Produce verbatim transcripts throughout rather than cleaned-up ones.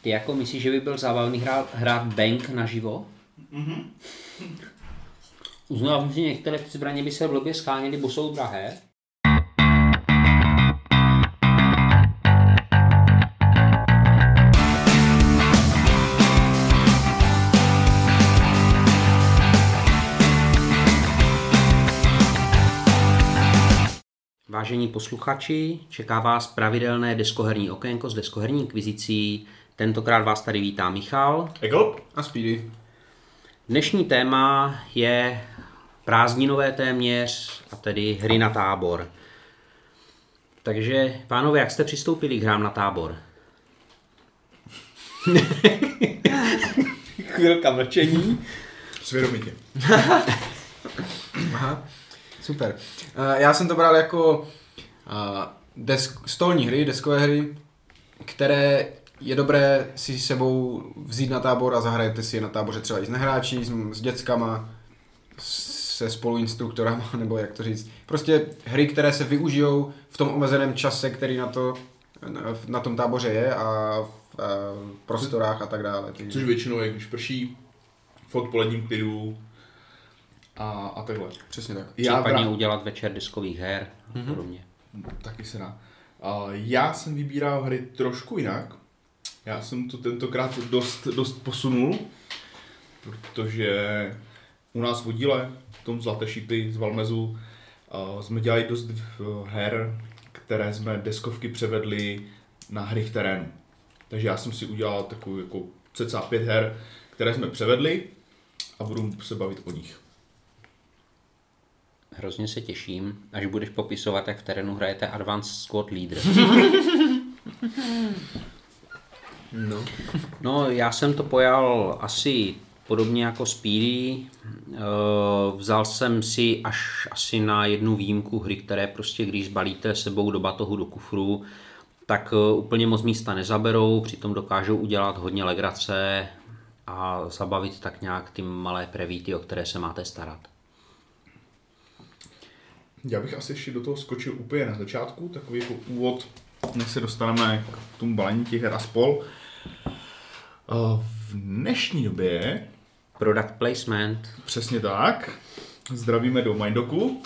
Ty jako myslíš, že by byl zábavný hrát, hrát bank naživo? Mhm. Uznávám, že některé zbraně by se blbě scháněly, bo jsou drahé. Vážení posluchači, čeká vás pravidelné deskoherní okénko s deskoherní inkvizicí. Tentokrát vás tady vítá Michal. Ego a Speedy. Dnešní téma je prázdninové téměř, a tedy hry na tábor. Takže, pánové, jak jste přistoupili k hrám na tábor? Chvilka mlčení. Svědomitě. Aha, super. Já jsem to bral jako desk, stolní hry, deskové hry, které je dobré si s sebou vzít na tábor a zahrajete si je na táboře třeba i s nehráči, s, s dětskama, se spoluinstruktorama, nebo jak to říct. Prostě hry, které se využijou v tom omezeném čase, který na, to, na tom táboře je a v, a v prostorách a tak dále. Což většinou je, když prší, v odpoledním klidu a, a takhle. Přesně tak. Případně udělat večer deskových her a mm-hmm. podobně. Taky se dá. Uh, já jsem vybíral hry trošku jinak. Já jsem to tentokrát dost, dost posunul, protože u nás v díle, v tom Zlaté šípy z Valmezu, uh, jsme dělali dost uh, her, které jsme deskovky převedli na hry v terénu. Takže já jsem si udělal takovou jako cca pět her, které jsme převedli a budu se bavit o nich. Hrozně se těším, až budeš popisovat, jak v terénu hrajete Advanced Squad Leader. No. No, já jsem to pojal asi podobně jako Speedy. Vzal jsem si až asi na jednu výjimku hry, které prostě, když zbalíte sebou do batohu, do kufru, tak úplně moc místa nezaberou, přitom dokážou udělat hodně legrace a zabavit tak nějak ty malé prevíty, o které se máte starat. Já bych asi ještě do toho skočil úplně na začátku, takový jako úvod, než se dostaneme k tomu balení těch her a spol. V dnešní době... Product placement. Přesně tak. Zdravíme do Mindoku.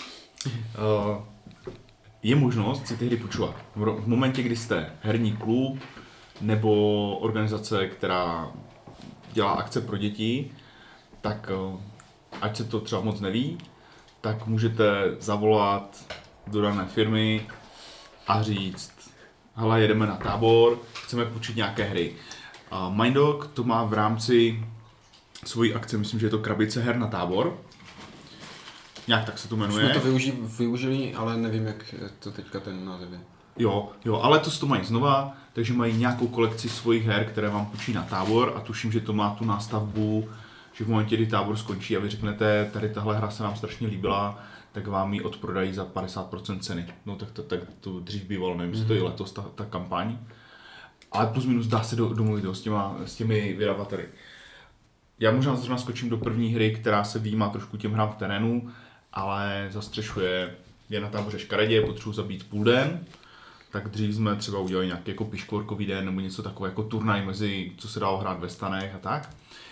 Je možnost si ty hry půjčovat. V momentě, kdy jste herní klub nebo organizace, která dělá akce pro děti, tak ať se to třeba moc neví, tak můžete zavolat do dané firmy a říct, hele, jedeme na tábor, chceme půjčit nějaké hry. A Mindok to má v rámci svojí akce, myslím, že je to krabice her na tábor. Nějak tak se to jmenuje. Jsme to využi- využili, ale nevím, jak to teďka ten název je. Jo, jo, ale to to mají znova, takže mají nějakou kolekci svých her, které vám půjčí na tábor a tuším, že to má tu nástavbu, že v momentě, kdy tábor skončí a vy řeknete, tady tahle hra se nám strašně líbila, tak vám ji odprodají za padesát procent ceny. No tak to, tak to dřív bývalo, nevím, jestli mm-hmm. to je letos ta, ta kampaň. Ale plus minus dá se do, domluvit s, těma, s těmi vydavateli. Já možná zrovna skočím do první hry, která se výjímá trošku těm hrám v terénu, ale zastřešuje, je na táboře škaredě, potřebuji zabít půl den, tak dřív jsme třeba udělali nějaký jako piškvorkový den nebo něco takové jako turnaj mezi, co se dalo hrát ve stanech a tak.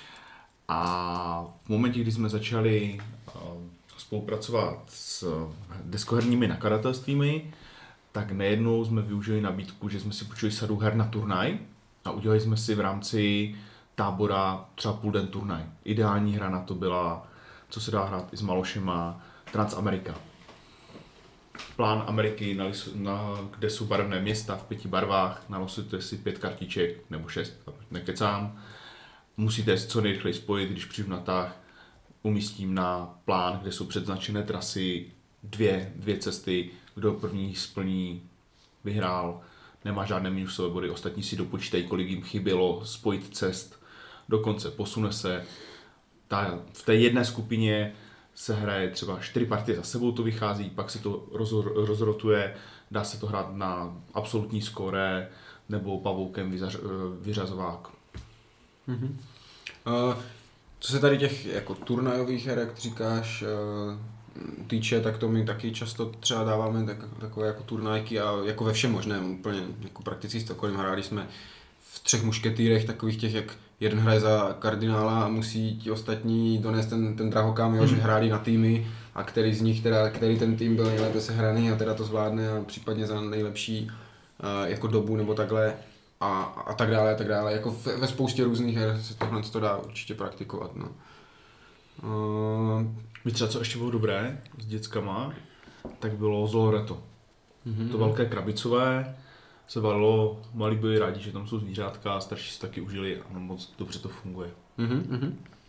A v momentě, kdy jsme začali uh, spolupracovat s deskoherními nakladatelstvími, tak nejednou jsme využili nabídku, že jsme si půjčili sadu her na turnaj a udělali jsme si v rámci tábora třeba půl den turnaj. Ideální hra na to byla, co se dá hrát i s Malošema, Transamerika. Plán Ameriky, na, na, kde jsou barevné města v pěti barvách, nalosujete si pět kartiček nebo šest, nekecám. Musíte co nejrychleji spojit, když přijdu na tah, umístím na plán, kde jsou předznačené trasy, dvě, dvě cesty, kdo první splní, vyhrál, nemá žádné minusové body, ostatní si dopočítají, kolik jim chybělo spojit cest, dokonce posune se. Ta, v té jedné skupině se hraje třeba čtyři partie za sebou, to vychází, pak se to roz, rozrotuje, dá se to hrát na absolutní skóre nebo pavoukem vyzař, vyřazovák. Mm-hmm. Uh, co se tady těch jako turnajových her, jak říkáš, uh, týče, tak to my taky často třeba dáváme tak, takové jako turnajky a jako ve všem možném, úplně jako prakticky s takovým hráli jsme v třech mušketýrech, takových těch, jak jeden hraje za kardinála a musí ti ostatní donést ten, ten drahokám, jo, že hráli na týmy a který z nich, teda, který ten tým byl nejlépe sehraný a teda to zvládne a případně za nejlepší uh, jako dobu nebo takhle a, a tak dále a tak dále. Jako ve, ve spoustě různých her se tohle to dá určitě praktikovat. No. Uh, Víš třeba, co ještě bylo dobré s dětskama, tak bylo Zoloreto. Mm-hmm. To velké krabicové se valilo, malí byli rádi, že tam jsou zvířátka, starší si taky užili a moc dobře to funguje. Mm-hmm.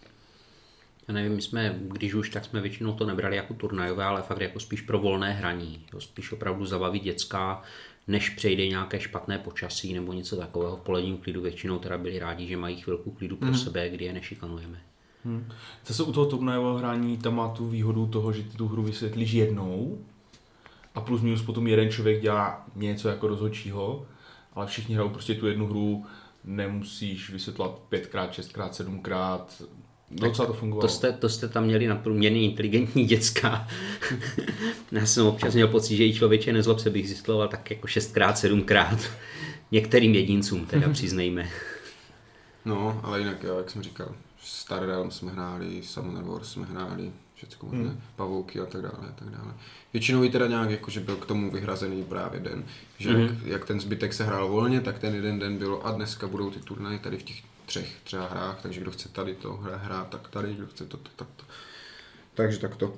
Já nevím, my jsme, když už, tak jsme většinou to nebrali jako turnajové, ale fakt jako spíš pro volné hraní. Jo, spíš opravdu zabavit děcka, než přejde nějaké špatné počasí nebo něco takového v poledním klidu. Většinou teda byli rádi, že mají chvilku klidu pro mm. sebe, kdy je nešikanujeme. Hmm. Zase u toho turnajového hraní tam má tu výhodu toho, že ty tu hru vysvětlíš jednou a plus minus potom jeden člověk dělá něco jako rozhodčího, ale všichni hrajou prostě tu jednu hru, nemusíš vysvětlovat pětkrát, šestkrát, sedmkrát. Docela to fungovalo. To jste, to jste tam měli nadprůměrně inteligentní děcka. Já jsem občas měl pocit, že i člověče nezlob se bych zjistloval tak jako šestkrát, sedmkrát. Některým jedincům teda přiznejme. No, ale jinak jo, jak jsem říkal, Star Realm jsme hráli, Summoner Wars jsme hráli, všechno možné, hmm. pavouky a tak dále a tak dále. Většinou i teda nějak jako, že byl k tomu vyhrazený právě den, že hmm. jak, jak ten zbytek se hrál volně, tak ten jeden den bylo a dneska budou ty turnaje tady v těch třech třeba hrách, takže kdo chce tady to hrát, tak tady, kdo chce to, to, tak to. Takže tak to.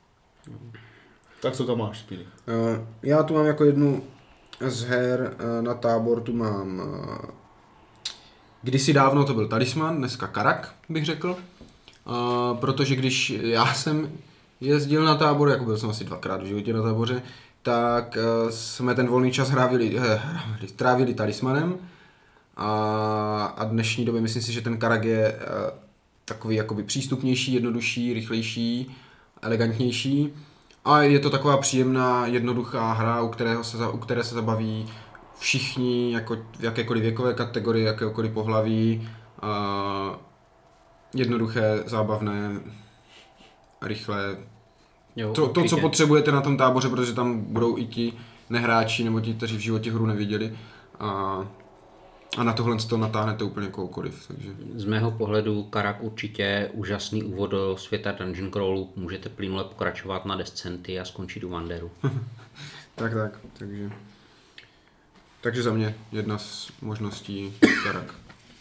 Tak co tam máš, Speedy? Uh, já tu mám jako jednu z her uh, na tábor, tu mám uh, kdysi dávno to byl Talisman, dneska Karak, bych řekl. Uh, protože když já jsem jezdil na tábor, jako byl jsem asi dvakrát v životě na táboře, tak uh, jsme ten volný čas hrávili, eh, trávili Talismanem. A, a dnešní době myslím si, že ten Karak je uh, takový jakoby přístupnější, jednodušší, rychlejší, elegantnější. A je to taková příjemná, jednoduchá hra, u, kterého se, u které se zabaví všichni, jako v jakékoliv věkové kategorii, jakékoliv pohlaví. Uh, jednoduché, zábavné, rychlé. Jo, to, to, co potřebujete na tom táboře, protože tam budou i ti nehráči nebo ti, kteří v životě hru neviděli. A, a na tohle to natáhnete úplně kohokoliv. Takže. Z mého pohledu Karak určitě úžasný úvod do světa Dungeon Crawlu. Můžete plynule pokračovat na Descenty a skončit u Wanderu. tak, tak. Takže, takže za mě jedna z možností Karak.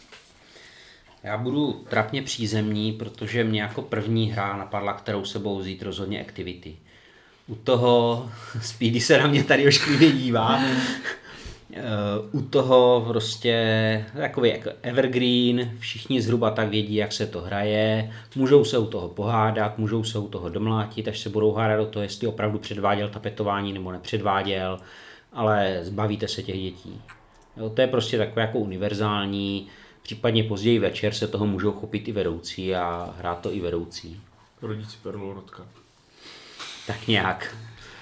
Já budu trapně přízemní, protože mě jako první hra napadla, kterou sebou vzít rozhodně Activity. U toho, Speedy se na mě tady ošklivě dívá, u toho prostě takový jako evergreen, všichni zhruba tak vědí, jak se to hraje, můžou se u toho pohádat, můžou se u toho domlátit, až se budou hádat do toho, jestli opravdu předváděl tapetování nebo nepředváděl, ale zbavíte se těch dětí. Jo, to je prostě takové jako univerzální, případně později večer se toho můžou chopit i vedoucí a hrát to i vedoucí. Rodiči perlorodka. Tak nějak.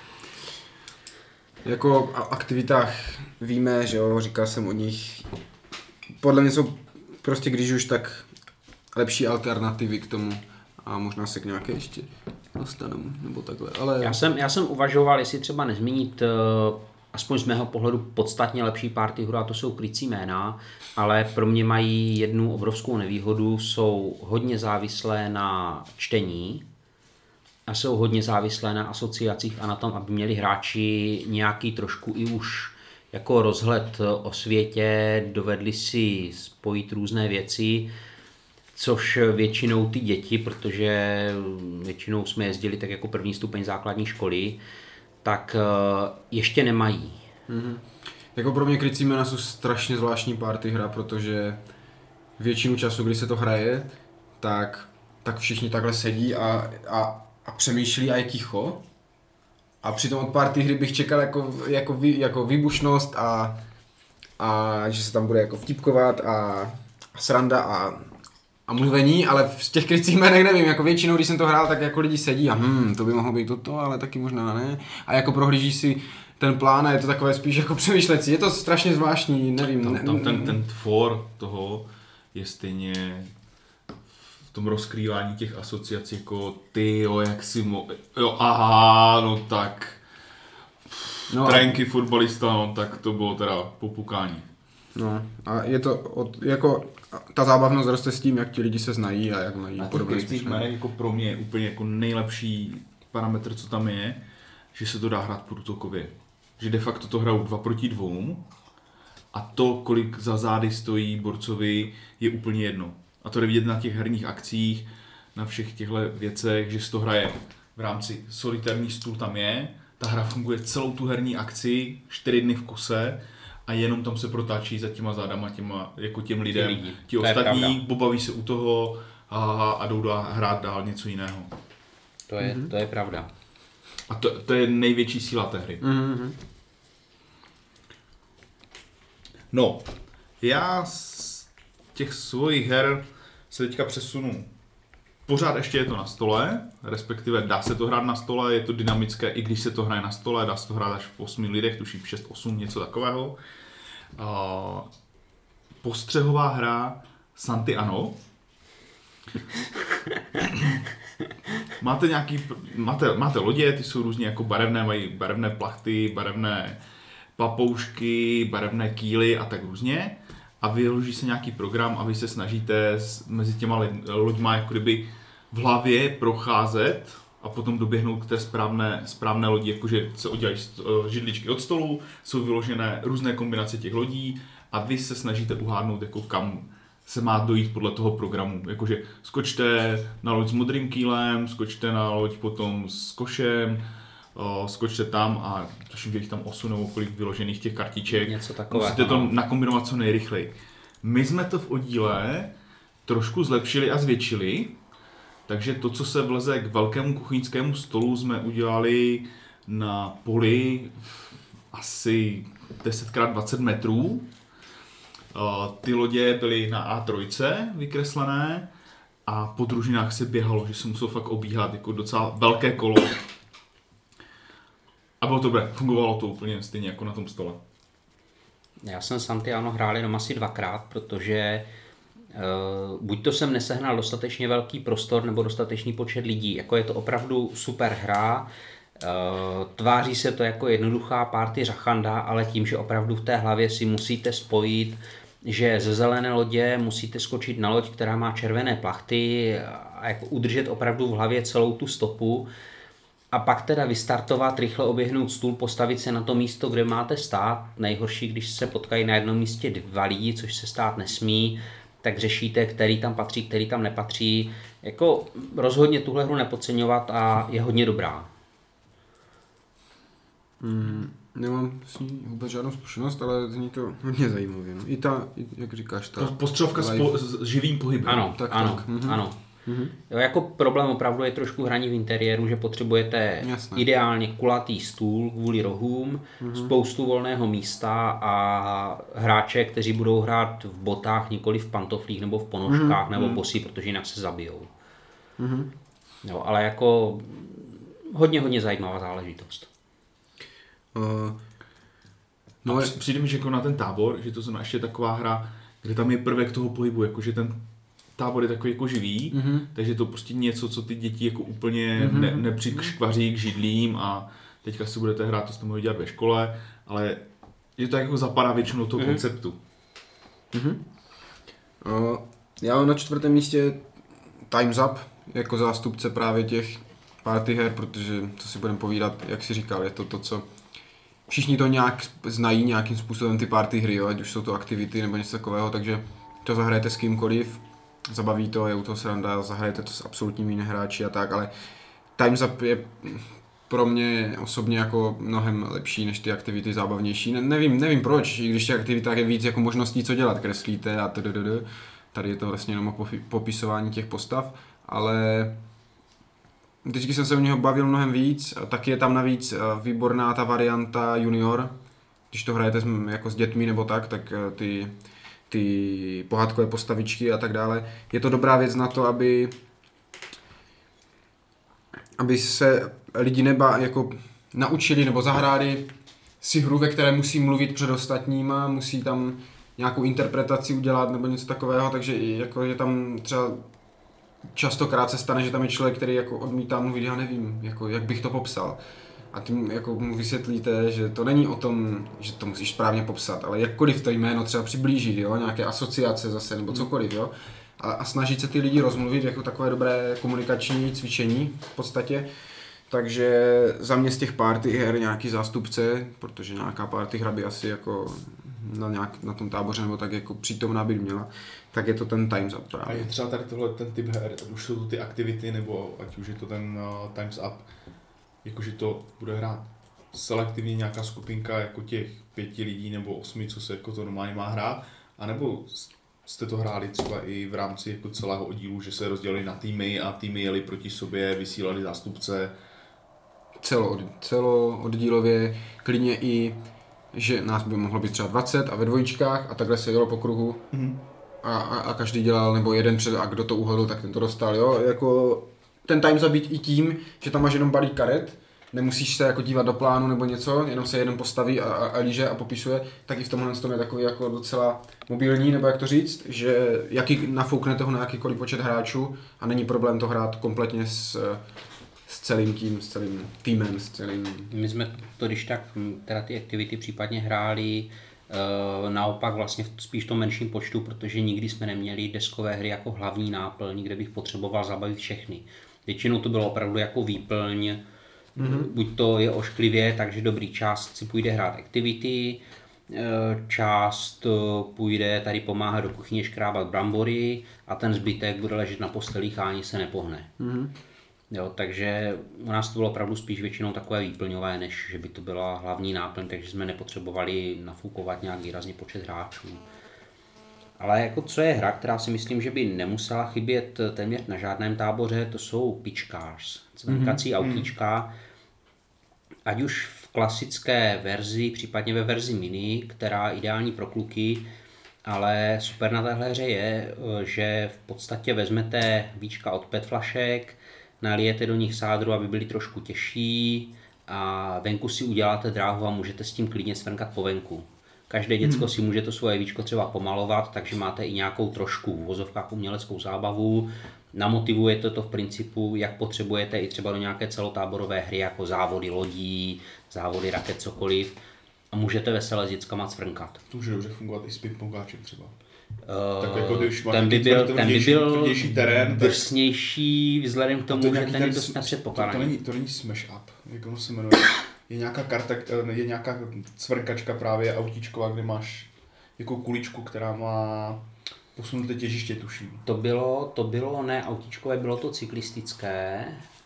Jako o aktivitách víme, že jo, říkal jsem o nich. Podle mě jsou prostě když už tak lepší alternativy k tomu a možná se k nějaké ještě dostaneme, nebo takhle. Ale... Já jsem, já jsem uvažoval, jestli třeba nezmínit aspoň z mého pohledu podstatně lepší party hru, a to jsou krycí jména, ale pro mě mají jednu obrovskou nevýhodu, jsou hodně závislé na čtení a jsou hodně závislé na asociacích a na tom, aby měli hráči nějaký trošku i už jako rozhled o světě, dovedli si spojit různé věci, což většinou ty děti, protože většinou jsme jezdili tak jako první stupeň základní školy, tak ještě nemají. Mm-hmm. Jako pro mě krycí jména jsou strašně zvláštní party hra, protože většinu času, kdy se to hraje, tak, tak všichni takhle sedí a, a, a přemýšlí a je ticho. A přitom od party hry bych čekal jako, jako, vý, jako výbušnost a, a že se tam bude jako vtipkovat a, a sranda a, a mluvení, ale v těch krycích jménech nevím, jako většinou, když jsem to hrál, tak jako lidi sedí a hm, to by mohlo být toto, ale taky možná ne. A jako prohlíží si ten plán a je to takové spíš jako přemýšlecí. Je to strašně zvláštní, nevím. Tam, tam ten, ten tvor toho je stejně v tom rozkrývání těch asociací jako ty jo, jak si mo... jo, aha, no tak. No, Trenky fotbalista, no tak to bylo teda popukání. No a je to od, jako ta zábavnost roste s tím, jak ti lidi se znají a jak mají podobné myšlenky. Jako pro mě je úplně jako nejlepší parametr, co tam je, že se to dá hrát průtokově. Že de facto to hrajou dva proti dvou a to, kolik za zády stojí borcovi, je úplně jedno. A to jde vidět na těch herních akcích, na všech těchto věcech, že se to hraje v rámci solitární stůl tam je, ta hra funguje celou tu herní akci, čtyři dny v kuse a jenom tam se protáčí za těma zádama těma, jako těm lidem, ti, ti ostatní, pobaví se u toho a, a jdou dá, hrát dál něco jiného. To je, mm-hmm. to je pravda. A to, to je největší síla té hry. Mm-hmm. No, já z těch svojich her se teďka přesunu. Pořád ještě je to na stole, respektive dá se to hrát na stole, je to dynamické, i když se to hraje na stole, dá se to hrát až v osmi lidech, tuším šest osm, něco takového. Uh, postřehová hra Santy Ano. máte nějaký, máte, máte lodě, ty jsou různě jako barevné, mají barevné plachty, barevné papoušky, barevné kýly a tak různě. A vyloží se nějaký program a vy se snažíte mezi těma loďma jako kdyby v hlavě procházet a potom doběhnout k té správné, správné lodi, jakože se oddělají židličky od stolu, jsou vyložené různé kombinace těch lodí a vy se snažíte uhádnout, jako kam se má dojít podle toho programu. Jakože skočte na loď s modrým kýlem, skočte na loď potom s košem, o, skočte tam a tuším, že jich tam osm nebo kolik vyložených těch kartiček. Něco takové, musíte to ano. nakombinovat co nejrychleji. My jsme to v oddíle trošku zlepšili a zvětšili, takže to, co se vleze k velkému kuchyňskému stolu, jsme udělali na poli asi deset krát dvacet metrů. Ty lodě byly na á tři vykreslené a po družinách se běhalo, že se musel fakt obíhat jako docela velké kolo. A bylo to dobré, fungovalo to úplně stejně jako na tom stole. Já jsem Santy Ano hrál jenom asi dvakrát, protože uh, buď to jsem nesehnal dostatečně velký prostor nebo dostatečný počet lidí. Jako je to opravdu super hra, uh, tváří se to jako jednoduchá party řachanda, ale tím, že opravdu v té hlavě si musíte spojit, že ze zelené lodě musíte skočit na loď, která má červené plachty a jako udržet opravdu v hlavě celou tu stopu. A pak teda vystartovat, rychle oběhnout stůl, postavit se na to místo, kde máte stát. Nejhorší, když se potkají na jednom místě dva lidi, což se stát nesmí, tak řešíte, který tam patří, který tam nepatří. Jako rozhodně tuhle hru nepodceňovat a je hodně dobrá. Mm, nemám s ní vůbec žádnou zkušenost, ale zní to hodně zajímavě. No. I ta, jak říkáš, ta... Postřelovka s, po, s živým pohybem. Ano, tak, ano, tak. Mhm. ano. Mhm. Jo, jako problém opravdu je trošku hraní v interiéru, že potřebujete Jasné. ideálně kulatý stůl kvůli rohům, Mhm. spoustu volného místa a hráče, kteří budou hrát v botách, nikoli v pantoflích nebo v ponožkách Mhm. nebo Mhm. bosí, protože jinak se zabijou. Mhm. Jo, ale jako hodně, hodně zajímavá záležitost. Uh, No, no, a přijde mi, že jako na ten tábor, že to znamená ještě taková hra, kde tam je prvek toho pohybu, jakože ten tábor je takový jako živý, mm-hmm. takže to prostě něco, co ty děti jako úplně Mhm. ne, nepřikvaří k židlím a teďka si budete hrát, to jste mohli dělat ve škole, ale je to jako zapadá většinou toho Mhm. konceptu. Mm-hmm. Uh, já mám na čtvrtém místě Time's Up jako zástupce právě těch party her, protože, co si budeme povídat, jak si říkal, je to to, co všichni to nějak znají nějakým způsobem ty party hry, jo, ať už jsou to aktivity nebo něco takového, takže to zahrajete s kýmkoliv, zabaví to, je u toho sranda, zahrajete to s absolutními nehráči a tak, ale Time's Up je pro mě osobně jako mnohem lepší než ty aktivity zábavnější. Ne, nevím, nevím proč, i když těch aktivitách je víc jako možností, co dělat, kreslíte a tdd. Tady je to vlastně jenom o popisování těch postav, ale vždycky jsem se u něho bavil mnohem víc, a taky je tam navíc výborná ta varianta junior, když to hrajete jako s dětmi nebo tak, tak ty, ty pohádkové postavičky a tak dále. Je to dobrá věc na to, aby aby se lidi neba jako naučili nebo zahráli si hru, ve které musí mluvit před ostatníma, musí tam nějakou interpretaci udělat nebo něco takového, takže jako je tam třeba častokrát se stane, že tam je člověk, který jako odmítá mluvit, já nevím, jako jak bych to popsal. a tím jako mu vysvětlíte, že to není o tom, že to musíš správně popsat, ale jakkoliv to jméno třeba přiblížit, jo, nějaké asociace zase nebo cokoliv, jo, a, a snažit se ty lidi rozmluvit jako takové dobré komunikační cvičení v podstatě. Takže za mě z těch party her nějaký zástupce, protože nějaká party hra by asi jako na, nějak, na tom táboře nebo tak jako přítomná by měla, tak je to ten Time's Up právě. A je třeba tady tohle ten typ her, už jsou to ty aktivity, nebo ať už je to ten uh, Time's Up, jakože to bude hrát selektivně nějaká skupinka jako těch pěti lidí nebo osmi, co se jako to normálně má hrát, anebo jste to hráli třeba i v rámci jako celého oddílu, že se rozdělili na týmy a týmy jeli proti sobě, vysílali zástupce. Celo, celo oddílově, klidně i, že nás by mohlo být třeba dvacet a ve dvojičkách a takhle se jelo po kruhu mm. a, a, a každý dělal, nebo jeden před a kdo to uhodl, tak ten to dostal, jo, jako ten time zabít i tím, že tam máš jenom balík karet, nemusíš se jako dívat do plánu nebo něco, jenom se jeden postaví a, a, a líže a popisuje, tak i v tomhle tom je takový jako docela mobilní, nebo jak to říct, že jaký nafouknete ho na jakýkoliv počet hráčů a není problém to hrát kompletně s s celým tím, s celým týmem, s celým... My jsme to, když tak, teda ty aktivity případně hráli e, naopak vlastně spíš v tom menším počtu, protože nikdy jsme neměli deskové hry jako hlavní náplň, kde bych potřeboval zabavit všechny. Většinou to bylo opravdu jako výplň, mm-hmm. buď to je ošklivě, takže dobrý, část si půjde hrát aktivity, část půjde tady pomáhat do kuchyně škrábat brambory a ten zbytek bude ležet na postelích a ani se nepohne. Mm-hmm. Jo, takže u nás to bylo opravdu spíš většinou takové výplňové, než že by to byla hlavní náplň, takže jsme nepotřebovali nafukovat nějak výrazně počet hráčů. Ale jako co je hra, která si myslím, že by nemusela chybět téměř na žádném táboře, to jsou pitch cars, cvrkací mm-hmm. autíčka, ať už v klasické verzi, případně ve verzi mini, která je ideální pro kluky, ale super na téhle hře je, že v podstatě vezmete víčka od pet flašek, nalijete do nich sádru, aby byly trošku těžší a venku si uděláte dráhu a můžete s tím klidně svrnkat po venku. Každé děcko hmm. si může to svoje víčko třeba pomalovat, takže máte i nějakou trošku v vozovkách uměleckou zábavu. Namotivujete to v principu, jak potřebujete i třeba do nějaké celotáborové hry, jako závody lodí, závody raket, cokoliv. A můžete vesele s dětskama cvrnkat. To může dobře fungovat i s pingpongáčem třeba. Uh, tak jako když ten by byl, ten by byl terén, drsnější vzhledem k tomu, to že ten je dost nepředpokládaný. To, to, není, to není smash up, jak ono se jmenuje. Je nějaká karta, je nějaká cvrkačka právě autíčková, kde máš jako kuličku, která má posunuté těžiště, tuším. To bylo, to bylo ne autíčkové, bylo to cyklistické.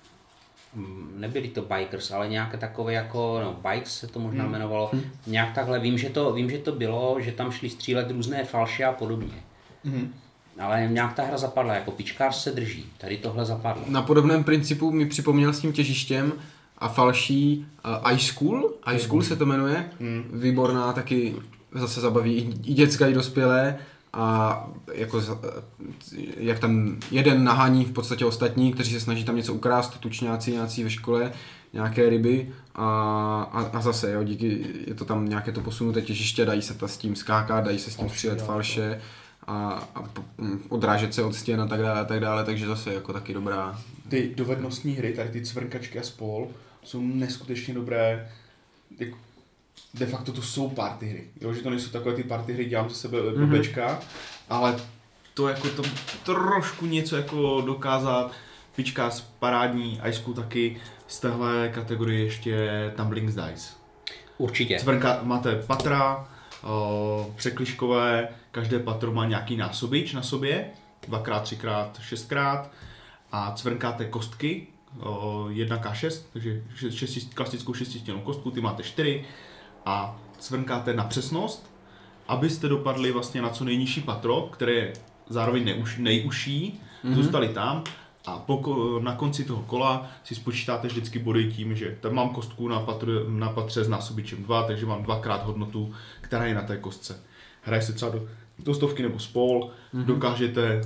Nebyli to bikers, ale nějaké takové jako, no bikes se to možná hmm. jmenovalo, hmm. nějak takhle, vím že, to, vím, že to bylo, že tam šli střílet různé falše a podobně. Hmm. Ale nějak ta hra zapadla, jako pičkář se drží, tady tohle zapadlo. Na podobném principu mi připomněl s tím těžištěm a falší uh, iSchool, iSchool se to jmenuje, hmm. výborná, taky zase zabaví i, i děcka, i dospělé. A jako, jak tam jeden nahání v podstatě ostatní, kteří se snaží tam něco ukrást, tučňáci nějací ve škole, nějaké ryby a, a, a zase, jo, díky, je to tam nějaké to posunuté těžiště, dají se ta s tím skákat, dají se s tím střílet falše a, a odrážet se od stěn a tak dále, a tak dále, takže zase jako taky dobrá. Ty dovednostní hry, tady ty cvrkačky a spol, jsou neskutečně dobré, jako de facto to jsou party hry, jo? Že to nejsou takové ty party hry, dělám ze sebe mm-hmm. blbečka, ale to jako to trošku něco jako dokázat, pička z parádní, iSchool taky, z téhle kategorie ještě Tumbling Dice. Určitě. Cvrnka, máte patra, o, překližkové, každé patro má nějaký násobič na sobě, dvakrát, třikrát, šestkrát a cvrnkáte kostky, o, jedna ká šest, takže šesti, klasickou šestistěnnou kostku, ty máte čtyři, a cvrnkáte na přesnost, abyste dopadli vlastně na co nejnižší patro, které je zároveň neuš, nejužší, mm-hmm. zůstali tam a po, na konci toho kola si spočítáte vždycky body tím, že tam mám kostku na, patru, na patře s násobičem dva, takže mám dvakrát hodnotu, která je na té kostce. Hraje se třeba do, do stovky nebo spol, mm-hmm. dokážete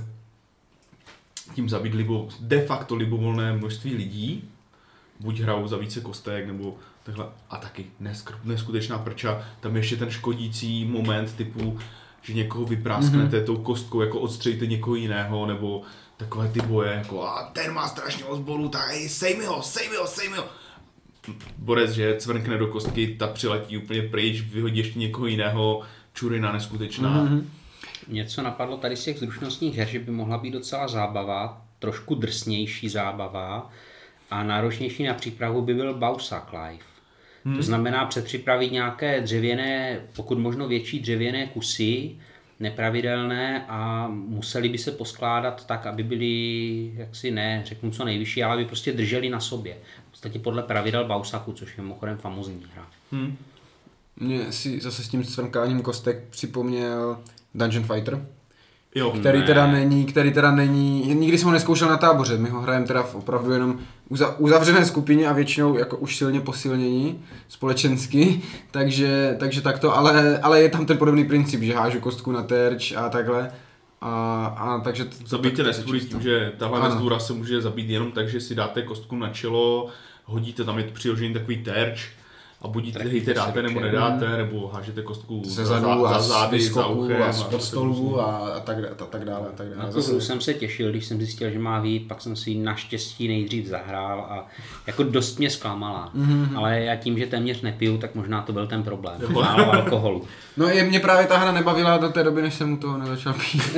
tím zabít libo, de facto libovolné množství lidí, buď hrajou za více kostek, nebo takhle, a taky neskr- neskutečná prča, tam ještě ten škodící moment typu, že někoho vyprásknete mm-hmm. tou kostkou, jako odstřejíte někoho jiného, nebo takové ty boje, jako a ten má strašně moc bolů, tak hej, sej mi ho, sej mi ho, sej mi ho. borec, že cvrkne do kostky, ta přiletí úplně pryč, vyhodí ještě někoho jiného, čurina neskutečná. Mm-hmm. Něco napadlo tady z těch zručnostních her, že by mohla být docela zábava, trošku drsnější zábava a náročnější na přípravu by byl Bausack Life. Hmm. To znamená předpřipravit nějaké dřevěné, pokud možno větší dřevěné kusy, nepravidelné a museli by se poskládat tak, aby byly, jaksi ne, řeknu co nejvyšší, ale aby prostě drželi na sobě. V podstatě podle pravidel Bausacku, což je mimochodem famózní hra. Hmm. Mě si zase s tím cvrnkáním kostek připomněl Dungeon Fighter. Jo, který ne. teda není, který teda není, nikdy jsem ho neskoušel na táboře, my ho hrajeme teda v opravdu jenom uza, uzavřené skupině a většinou jako už silně posilnění společensky, takže, takže takto, ale, ale je tam ten podobný princip, že hážu kostku na terč a takhle. A, a takže to, zabijte nestvůry tím, že tahle nestvůra se může zabít jenom tak, že si dáte kostku na čelo, hodíte, tam je přiložený takový terč, a buď hejte dáte nebo nedáte, hmm. nebo hážete kostku ze zadu a za zády, za uchem, a spod stolu a, a, tak, a tak dále. A tak dále. Na tu hru jsem se těšil, když jsem zjistil, že má vyjít, pak jsem si ji naštěstí nejdřív zahrál a jako dost mě zklamala. Mm-hmm. Ale já tím, že téměř nepiju, tak možná to byl ten problém. Málo alkoholu. No i mě právě ta hra nebavila do té doby, než jsem mu toho nezačal pít.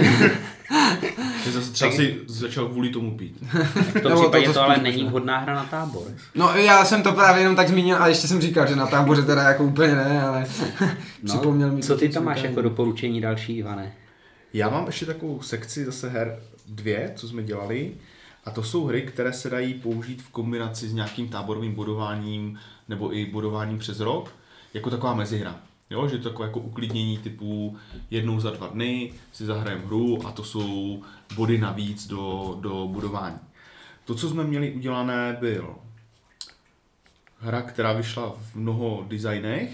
Zase třeba si začal kvůli tomu pít. V tom případě to, to ale není vhodná hra na tábor. No já jsem to právě jenom tak zmínil a ještě jsem říkal, že na táboře teda jako úplně ne, ale no, připomněl mi. Co ty tam máš jako doporučení další, Ivane? Já mám ještě takovou sekci zase her dvě, co jsme dělali. A to jsou hry, které se dají použít v kombinaci s nějakým táborovým bodováním nebo i bodováním přes rok, jako taková mezihra. Jo, že to takové jako uklidnění typu jednou za dva dny si zahrajeme hru a to jsou body navíc do, do budování. To, co jsme měli udělané, byl hra, která vyšla v mnoho designech.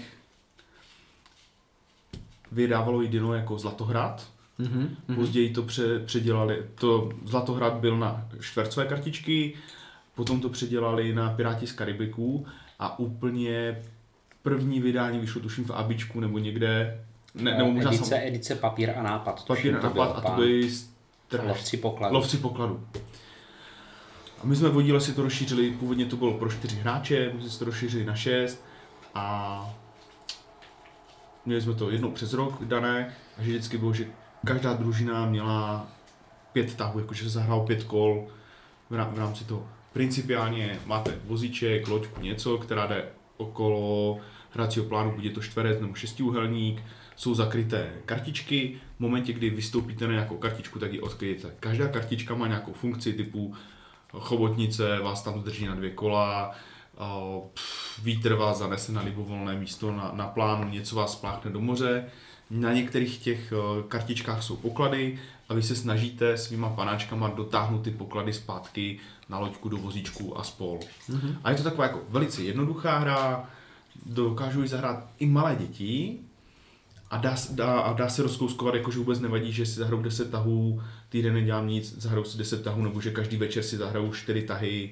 Vydávalo ji Dino jako Zlatohrad. Mm-hmm. Později to pře, předělali. To Zlatohrad byl na švercové kartičky, potom to předělali na Piráti z Karibiku a úplně první vydání vyšlo tuším v Abičku nebo někde. Ne, nebo možná edice, sam... edice Papír a nápad. Papír a nápad a to byly straš... lovci pokladu. Lovci pokladu. A my jsme v oddíle si to rozšířili, původně to bylo pro čtyři hráče, my jsme si to rozšířili na šest a měli jsme to jednou přes rok dané a že vždycky bylo, že každá družina měla pět tahů, jakože se zahrálo pět kol v rámci toho. Principiálně máte vozíček, loďku, něco, která jde okolo hracího plánu, buď je to čtverec nebo šestiúhelník, jsou zakryté kartičky, v momentě, kdy vystoupíte na nějakou kartičku, tak ji odkryjete. Každá kartička má nějakou funkci typu chobotnice, vás tam drží na dvě kola, vítr vás zanese na libovolné místo na, na plánu, něco vás spláchne do moře. Na některých těch kartičkách jsou poklady a vy se snažíte svýma panáčkama dotáhnout ty poklady zpátky na loďku do vozíčku a spol. Mm-hmm. A je to taková jako velice jednoduchá hra, dokážou ji zahrát i malé děti a dá, dá, a dá se rozkouskovat, jakože vůbec nevadí, že si zahrajou deset tahů, týden nedělám nic, zahrajou si deset tahů, nebo že každý večer si zahrajou čtyři tahy.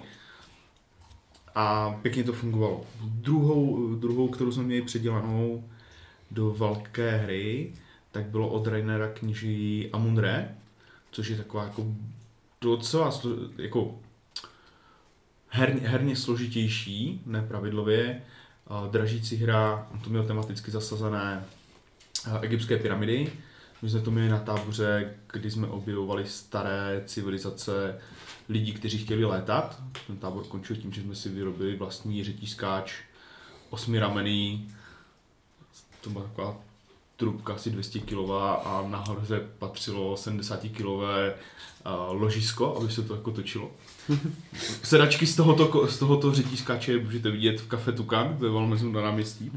A pěkně to fungovalo. Druhou, druhou kterou jsme měli předělanou do velké hry, tak bylo od Rainera kniží Amun-Re, což je taková jako docela jako herně, herně složitější, ne pravidlově, dražící hra, on to měl tematicky zasazené egyptské pyramidy. My jsme to měli na táboře, kdy jsme objevovali staré civilizace lidí, kteří chtěli létat. Ten tábor končil tím, že jsme si vyrobili vlastní řetízkáč osmiramenný. To byla taková trubka asi dvě stě kilová a nahoře patřilo sedmdesátkilové ložisko, aby se to jako točilo. Sedačky z tohoto, z tohoto řetízkáče můžete vidět v Café Tukan ve Valmezu na náměstí.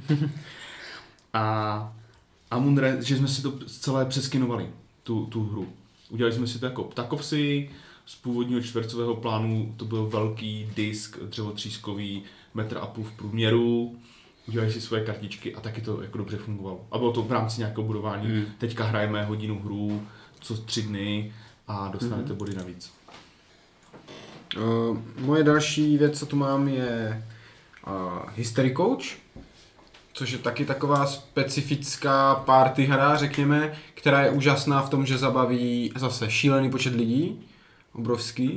A Amun-Re, že jsme si to celé přeskinovali, tu, tu hru. Udělali jsme si to jako ptakovsy, z původního čtvercového plánu to byl velký disk dřevotřískový, metr a půl v průměru. Udělali si svoje kartičky a taky to jako dobře fungovalo. A bylo to v rámci nějakého budování. Hmm. Teďka hrajeme hodinu hru, co tři dny a dostanete hmm. body navíc. Uh, moje další věc, co tu mám, je uh, History Coach, což je taky taková specifická party hra, řekněme, která je úžasná v tom, že zabaví zase šílený počet lidí, obrovský,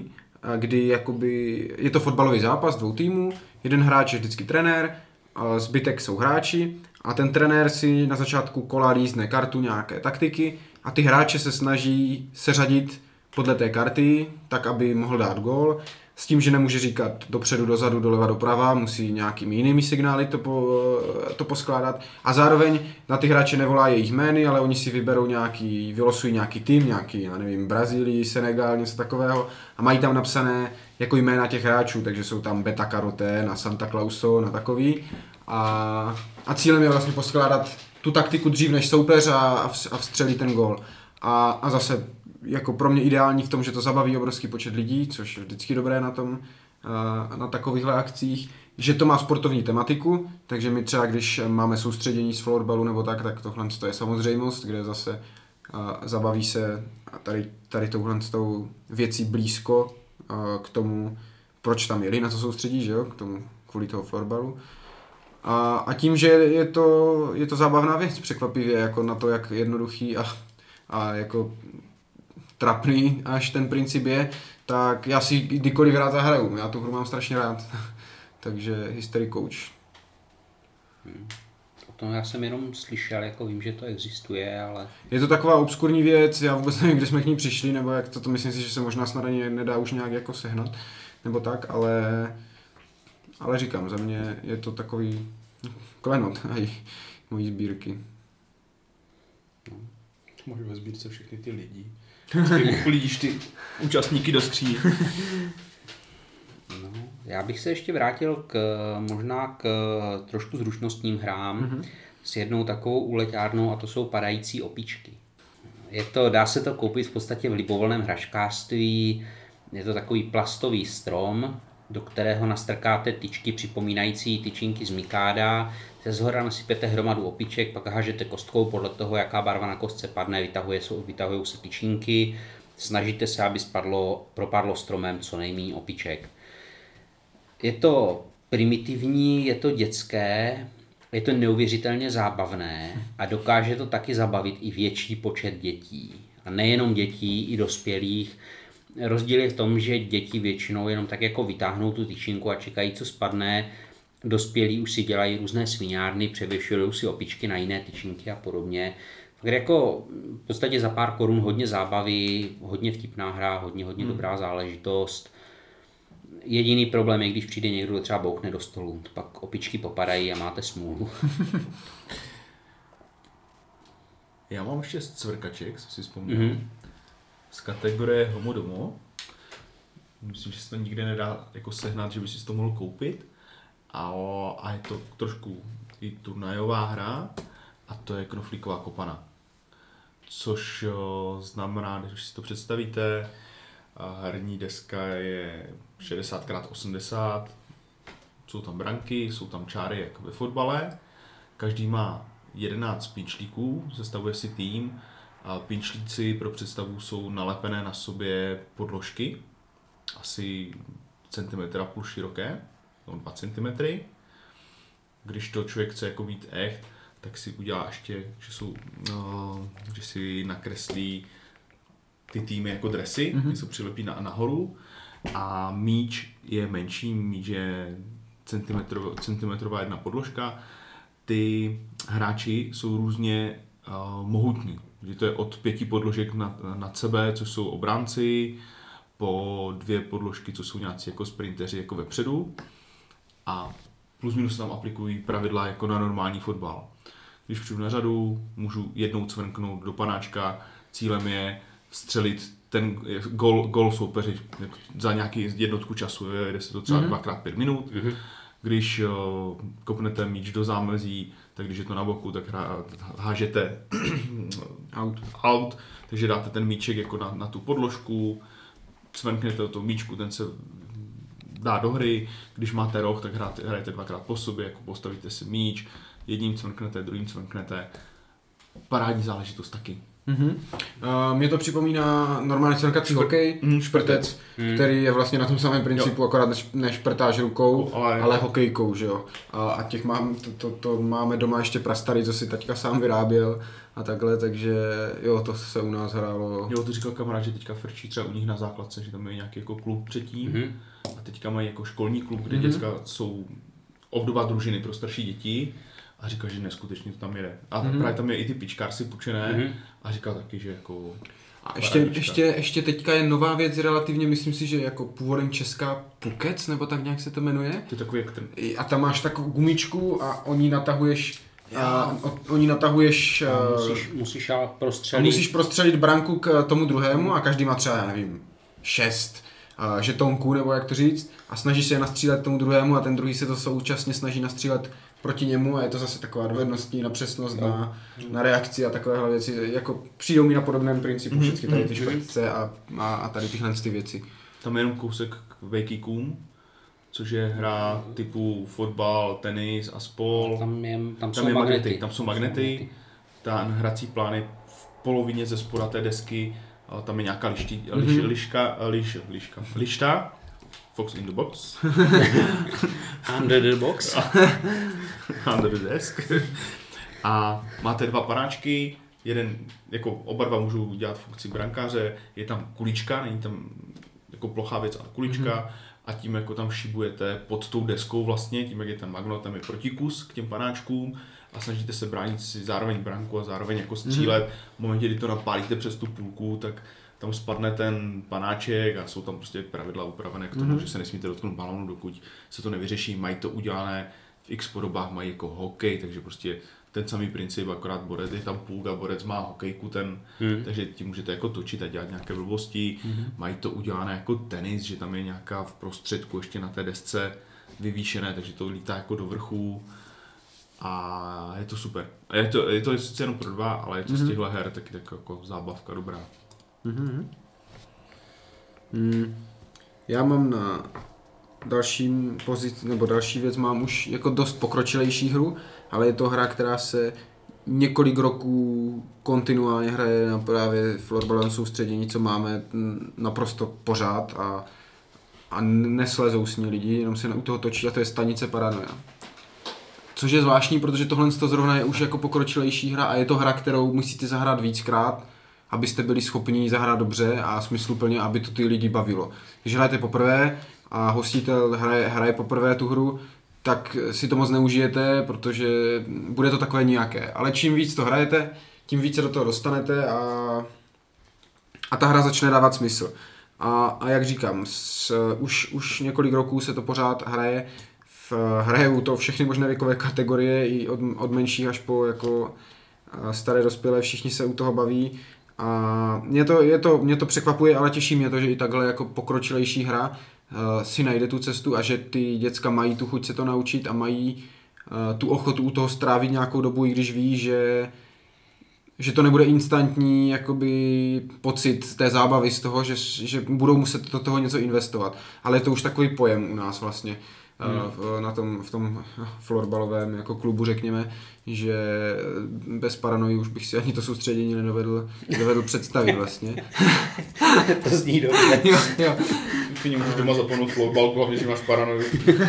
kdy jakoby je to fotbalový zápas dvou týmů, jeden hráč je vždycky trenér, zbytek jsou hráči a ten trenér si na začátku kola lízne kartu nějaké taktiky a ty hráče se snaží seřadit podle té karty, tak aby mohl dát gól, s tím, že nemůže říkat dopředu, dozadu, doleva, doprava, musí nějakými jinými signály to, po, to poskládat a zároveň na ty hráče nevolá jejich jmény, ale oni si vyberou nějaký, vylosují nějaký tým, nějaký, já nevím, Brazílii, Senegal, něco takového a mají tam napsané jako jména těch hráčů, takže jsou tam Beta Carotene a Santa Clauso na takový a, a cílem je vlastně poskládat tu taktiku dřív než soupeř a, a vstřelit ten gól. A, a zase jako pro mě ideální v tom, že to zabaví obrovský počet lidí, což je vždycky dobré na tom, na takovýchhle akcích, že to má sportovní tematiku, takže my třeba, když máme soustředění z florbalu nebo tak, tak tohle je samozřejmost, kde zase zabaví se tady, tady touhle věcí blízko k tomu, proč tam jeli na to soustředí, že jo, k tomu, kvůli toho florbalu. A, a tím, že je to, je to zábavná věc, překvapivě, jako na to, jak jednoduchý a, a jako trapný až ten princip je, tak já si kdykoliv rád zahraju. Já tu hru mám strašně rád. Takže History Coach. Hmm. O tom já jsem jenom slyšel, jako vím, že to existuje, ale... Je to taková obskurní věc, já vůbec nevím, kde jsme k ní přišli, nebo jak to, to myslím si, že se možná snad ani nedá už nějak jako sehnat, nebo tak, ale, ale říkám, za mě je to takový klenot aj mojí sbírky. No. Máš ve sbírce všechny ty lidi. Uklidíš ty účastníky do skříně. No, já bych se ještě vrátil k, možná k trošku zručnostním hrám mm-hmm. s jednou takovou úleťárnou a to jsou padající opičky. Je to, dá se to koupit v podstatě v libovolném hračkářství, je to takový plastový strom, do kterého nastrkáte tyčky připomínající tyčinky z Mikáda, ze zhora nasypete hromadu opiček, pak hážete kostkou podle toho, jaká barva na kostce padne, vytahuje se, vytahují se tyčinky, snažíte se, aby spadlo, propadlo stromem co nejméně opiček. Je to primitivní, je to dětské, je to neuvěřitelně zábavné a dokáže to taky zabavit i větší počet dětí. A nejenom dětí, i dospělých. Rozdíl je v tom, že děti většinou jenom tak jako vytáhnou tu tyčinku a čekají, co spadne. Dospělí už si dělají různé sviňárny, převěšují si opičky na jiné tyčinky a podobně. Takže jako v podstatě za pár korun hodně zábavy, hodně vtipná hra, hodně, hodně hmm. dobrá záležitost. Jediný problém je, když přijde někdo, třeba bouchne do stolu, pak opičky popadají a máte smůlu. Já mám ještě cvrkaček, si vzpomněl, mm-hmm. z kategorie Homo Domo. Myslím, že se to nikde nedá jako sehnat, že by si to mohl koupit. A, a je to trošku i turnajová hra a to je knoflíková kopana. Což o, znamená, když si to představíte, herní deska je šedesát krát osmdesát, jsou tam branky, jsou tam čáry jako ve fotbale, každý má jedenáct pinčlíků, sestavuje si tým a pinčlíci pro představu jsou nalepené na sobě podložky, asi centimetr a půl široké, no dva centimetry. Když to člověk chce jako být echt, tak si udělá ještě, že, jsou, no, že si nakreslí ty týmy jako dresy, mm-hmm. ty jsou přilepí na, nahoru a míč je menší, míč je centimetro, centimetrová jedna podložka. Ty hráči jsou různě uh, mohutní, že to je od pěti podložek nad, nad sebe, což jsou obránci, po dvě podložky, co jsou nějací jako sprinteři jako vepředu a plus minus tam aplikují pravidla jako na normální fotbal. Když přijdu na řadu, můžu jednou cvrknout do panáčka, cílem je vstřelit ten gol, gol soupeři za nějaký jednotku času, jde se to třeba mm-hmm. dvakrát pět minut. Mm-hmm. Když uh, kopnete míč do zámezí, tak když je to na boku, tak hra, hážete out. out, takže dáte ten míček jako na, na tu podložku, cvrknete to míčku, ten se dá do hry, když máte roh, tak hráte, hrajete dvakrát po sobě, jako postavíte si míč, jedním cvrknete, druhým cvrknete. Parádní záležitost taky. Mm-hmm. Uh, mě to připomíná normálně celkací hokej, mm, šprtec, mm. který je vlastně na tom samém principu, jo. akorát než, než šprtáš rukou, ale, ale hokejkou, že jo. A, a těch mám, to, to, to máme doma ještě prastarý, co si taťka sám vyráběl a takhle, takže jo, to se u nás hrálo. Jo, to říkal kamarád, že teďka frčí třeba u nich na základce, že tam je nějaký jako klub předtím mm. a teďka mají jako školní klub, kde mm. děcka jsou obdoba družiny pro starší děti. A říkal, že neskutečně to tam jede. A mm-hmm. právě tam je i ty pičkáři pučené mm-hmm. a říkal taky, že jako... A ještě, ještě, ještě teďka je nová věc relativně, myslím si, že jako původem česká Pukec, nebo tak nějak se to jmenuje. To je takový jak ten... A tam máš takovou gumičku a oni natahuješ... A oni natahuješ... A musíš, musíš ale prostřelit... Musíš prostřelit branku k tomu druhému a každý má třeba, já nevím, šest uh, žetonků, nebo jak to říct. A snažíš se je nastřílet tomu druhému a ten druhý se to současně snaží nastřílet proti němu a je to zase taková dovednostní na přesnost, no. na, na reakci a takovéhle věci. Jako přijdou mi na podobném principu mm-hmm. všechny tady ty šprtce a, a, a tady tyhle ty věci. Tam je jenom kousek Vejkýkům, což je hra typu fotbal, tenis a spol. Tam, je, tam, tam, jsou, je magnety. magnety. tam jsou magnety. Ten hrací plán je v polovině ze spoda té desky. Tam je nějaká lišti, liš, mm-hmm. liška, liš, liška, lišta. Fox in the box. Under the box. Under the desk. A máte dva panáčky, jeden, jako oba dva můžou dělat funkci brankáře, je tam kulička, není tam jako plochá věc, ale kulička mm-hmm. a tím jako tam šibujete pod tou deskou vlastně, tím jak je ten magnet, tam je protikus k těm panáčkům a snažíte se bránit si zároveň branku a zároveň jako střílet. Mm-hmm. V momentě, kdy to napálíte přes tu půlku, tak tam spadne ten panáček a jsou tam prostě pravidla upravené k tomu, mm-hmm. že se nesmíte dotknout balónu, dokud se to nevyřeší. Mají to udělané v X podobách, mají jako hokej, takže prostě ten samý princip, akorát borec je tam půlka, borec má hokejku ten, mm. takže tím můžete jako točit a dělat nějaké blbosti. Mm-hmm. Mají to udělané jako tenis, že tam je nějaká v prostředku ještě na té desce vyvýšené, takže to lítá jako do vrchu. A je to super. A je to, je to sice jenom pro dva, ale je to mm-hmm. z těchto her taky tak jako zábavka dobrá. Mm-hmm. Mm. Já mám na dalším pozici, nebo další věc mám už jako dost pokročilejší hru, ale je to hra, která se několik roků kontinuálně hraje na právě florbalovém soustředění, co máme naprosto pořád a, a neslezou s ní lidi, jenom se u toho točí a to je Stanice Paranoia. Což je zvláštní, protože tohle zrovna je už jako pokročilejší hra a je to hra, kterou musíte zahrát víckrát, abyste byli schopni zahrát dobře a smysluplně, aby to ty lidi bavilo. Když hrajete poprvé a hostitel hraje, hraje poprvé tu hru, tak si to moc neužijete, protože bude to takové nějaké. Ale čím víc to hrajete, tím více do toho dostanete a, a ta hra začne dávat smysl. A, a jak říkám, s, už, už několik roků se to pořád hraje. V, hrajou to všechny možné věkové kategorie, i od, od menších až po jako staré dospělé, všichni se u toho baví. A mě to, je to, mě to překvapuje, ale těší mě to, že i takhle jako pokročilejší hra uh, si najde tu cestu a že ty děcka mají tu chuť se to naučit a mají uh, tu ochotu u toho strávit nějakou dobu, i když ví, že, že to nebude instantní jakoby pocit té zábavy z toho, že, že budou muset do toho něco investovat. Ale je to už takový pojem u nás vlastně. Hmm. Na tom, v tom florbalovém jako klubu řekněme, že bez paranoji už bych si ani to soustředění nedovedl, nedovedl představit vlastně. To zní dobře. Jo, jo. Ty nemůžeš doma zapomenout florbalku, hlavně, že máš paranoju.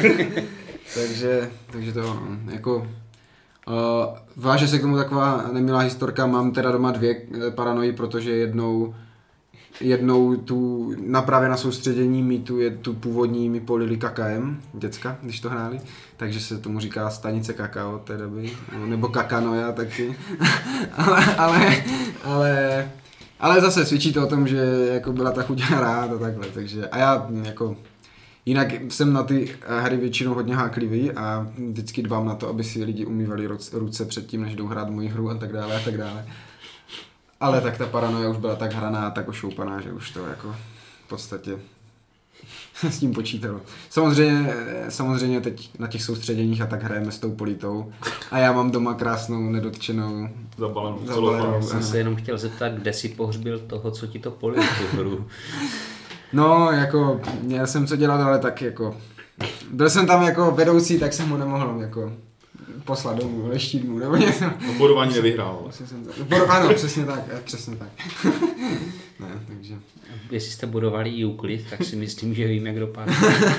takže, takže to jako uh, váže se k tomu taková nemilá historka, mám teda doma dvě paranoji, protože jednou Jednou tu na právě na soustředění mi tu, je, tu původní mi polili kakaem, děcka, když to hráli, takže se tomu říká Stanice kakao té doby, nebo kakanoja taky, ale, ale, ale, ale zase svědčí to o tom, že jako byla ta chuť hrát a takhle, takže a já jako jinak jsem na ty hry většinou hodně háklivý a vždycky dbám na to, aby si lidi umývali ruce předtím, než jdou hrát moji hru a tak dále a tak dále. Ale tak ta paranoja už byla tak hraná, tak ošoupaná, že už to jako v podstatě s tím počítalo. Samozřejmě, samozřejmě teď na těch soustředěních a tak hrajeme s tou politou a já mám doma krásnou nedotčenou zabalenou. zabalenou jsem se jenom chtěl zeptat, kde jsi pohřbil toho, co ti to polil tu hru. No, jako měl jsem co dělat, ale tak jako byl jsem tam jako vedoucí, tak jsem ho nemohl jako poslat domů, leštít mu, nebo něco. No, bodování nevyhrál. Bodo, ano, přesně tak, přesně tak. Ne, takže... Jestli jste bodovali i Euclid, tak si myslím, že vím, jak dopadne.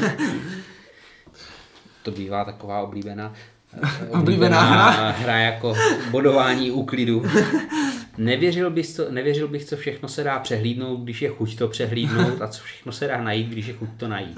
To bývá taková oblíbená, oblíbená, oblíbená hra. hra jako bodování Euklidu. Nevěřil bych, co, nevěřil bych, co všechno se dá přehlídnout, když je chuť to přehlídnout a co všechno se dá najít, když je chuť to najít.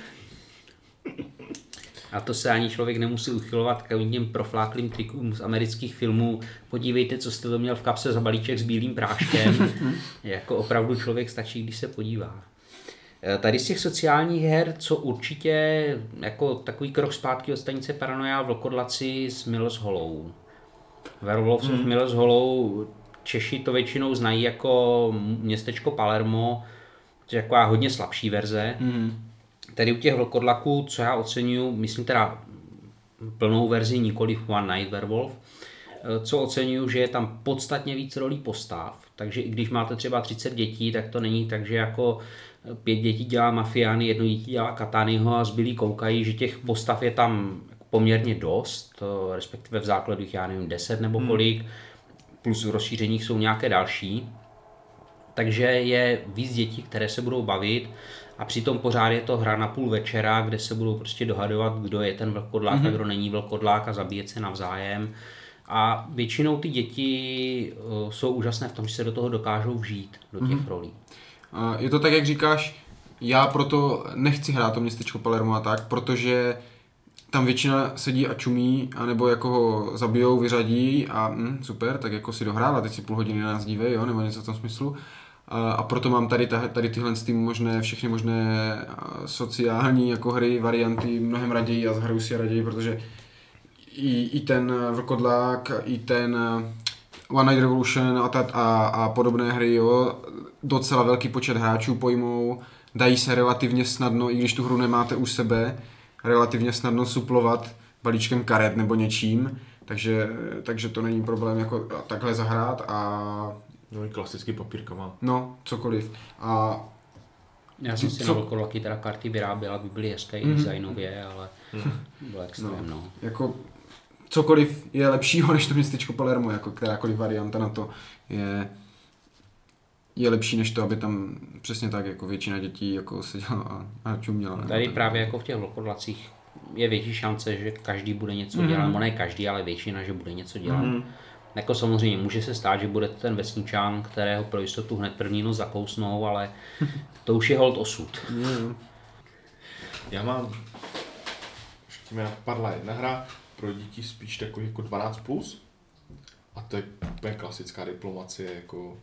A to se ani člověk nemusí uchylovat k těm profláklým trikům z amerických filmů. Podívejte, co jste to měl v kapse za balíček s bílým práškem. Jako opravdu člověk stačí, když se podívá. Tady z těch sociálních her, co určitě jako takový krok zpátky od stanice Paranoia, Vlkodlaci s Miller's Hollow. Werewolves of Miller's Hollow, Češi to většinou znají jako městečko Palermo, to je taková hodně slabší verze. Mm. Tady u těch vlkodlaků, co já oceňuji, myslím teda plnou verzi, nikoli One Night Werewolf, co oceňuji, že je tam podstatně víc rolí postav, takže i když máte třeba třicet dětí, tak to není tak, že jako pět dětí dělá mafiány, jedno dítě dělá Katányho a zbylí koukají, že těch postav je tam poměrně dost, respektive v základu jich já nevím deset nebo kolik, hmm. plus v rozšířeních jsou nějaké další, takže je víc dětí, které se budou bavit a přitom pořád je to hra na půl večera, kde se budou prostě dohadovat, kdo je ten vlkodlák hmm. a kdo není vlkodlák a zabíjet se navzájem. A většinou ty děti uh, jsou úžasné v tom, že se do toho dokážou vžít, do těch mm-hmm. rolí. Je to tak, jak říkáš, já proto nechci hrát to městečko Palermo a tak, protože tam většina sedí a čumí, anebo jako ho zabijou, vyřadí a hm, super, tak jako si dohrál a teď si půl hodiny na nás dívej, jo, nebo něco v tom smyslu. A, a proto mám tady, tady tyhle ty možné, všechny možné sociální jako hry, varianty mnohem raději a zahraju si je raději, protože I, i ten Vlkodlák, i ten One Night Revolution a, ta, a, a podobné hry, jo, docela velký počet hráčů pojmou, dají se relativně snadno, i když tu hru nemáte u sebe, relativně snadno suplovat balíčkem karet nebo něčím, takže, takže to není problém jako takhle zahrát a... No i klasický papírkama. No, cokoliv. A... Já jsem si co... na Vlkodlaky teda karty vyráběl, aby byly hezké mm-hmm. designově, ale mm-hmm. bylo extrém, no. no. Jako... Cokoliv je lepšího než to městečko Palermo, jako kterákoliv varianta na to je, je lepší než to, aby tam přesně tak jako většina dětí jako seděla a, a čuměla. Tady právě jako v těch vlkodlacích je větší šance, že každý bude něco mm. dělat, no ne každý, ale většina, že bude něco dělat. Mm. Jako samozřejmě může se stát, že bude ten vesničán, kterého pro jistotu hned první noc zakousnou, ale to už je holt osud. Mm. Já mám, ještě mi napadla jedna hra, pro děti spíš takový jako dvanáct plus. A to je úplně klasická diplomacie, jako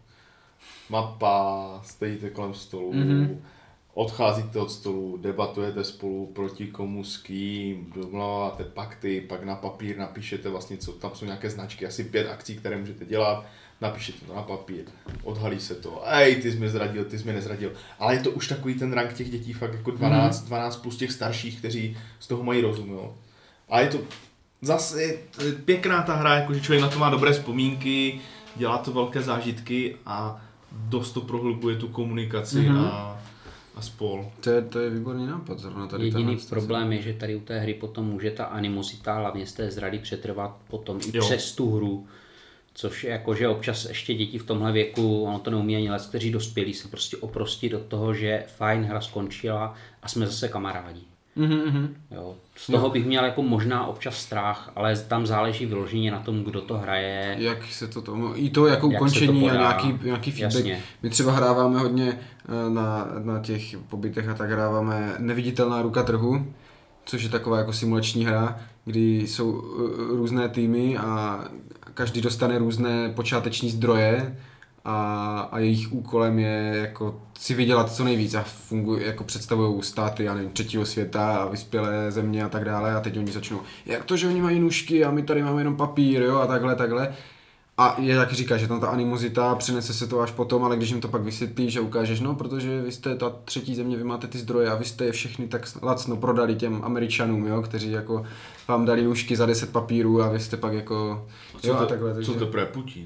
mapa, stojíte kolem stolu, mm-hmm. odcházíte od stolu, debatujete spolu proti komu s kým, domlouváte pakty, pak na papír napíšete vlastně, co tam jsou nějaké značky, asi pět akcí, které můžete dělat, napíšete to na papír, odhalí se to, ej, ty jsi mě zradil, ty jsi mě nezradil. Ale je to už takový ten rank těch dětí fakt jako dvanáct, mm-hmm. dvanáct plus těch starších, kteří z toho mají rozum, jo. A je to zase pěkná ta hra, jakože člověk na to má dobré vzpomínky, dělá to velké zážitky a dost to prohlubuje tu komunikaci mm-hmm. a, a spol. To je, to je výborný nápad zrovna tady. Jediný problém je, že tady u té hry potom může ta animozita hlavně z té zrady přetrvat potom i jo. přes tu hru, což je jako, že občas ještě děti v tomhle věku, ono to neumí ani les, kteří dospělí se prostě oprostit od toho, že fajn, hra skončila a jsme zase kamarádi. Mm-hmm. Jo. Z toho bych měl jako možná občas strach, ale tam záleží vyloženě na tom, kdo to hraje. Jak se to tomu, i to jako ukončení a nějaký, nějaký feedback. Jasně. My třeba hráváme hodně na, na těch pobytech a tak hráváme Neviditelná ruka trhu, což je taková jako simulační hra, kdy jsou různé týmy a každý dostane různé počáteční zdroje a, a jejich úkolem je jako si vydělat co nejvíc a fungují, jako představují státy, já nevím, třetího světa a vyspělé země a tak dále a teď oni začnou, jak to, že oni mají nůžky a my tady máme jenom papír, jo, a takhle, takhle. A je taky říká, že tam ta animozita, přinese se to až potom, ale když jim to pak vysvětlíš a ukážeš, no, protože vy jste ta třetí země, vy máte ty zdroje a vy jste je všechny tak lacno prodali těm Američanům, jo, kteří jako vám dali nůžky za deset papírů a vy jste pak jako, co jo, to, a takhle. Co to pro Putin?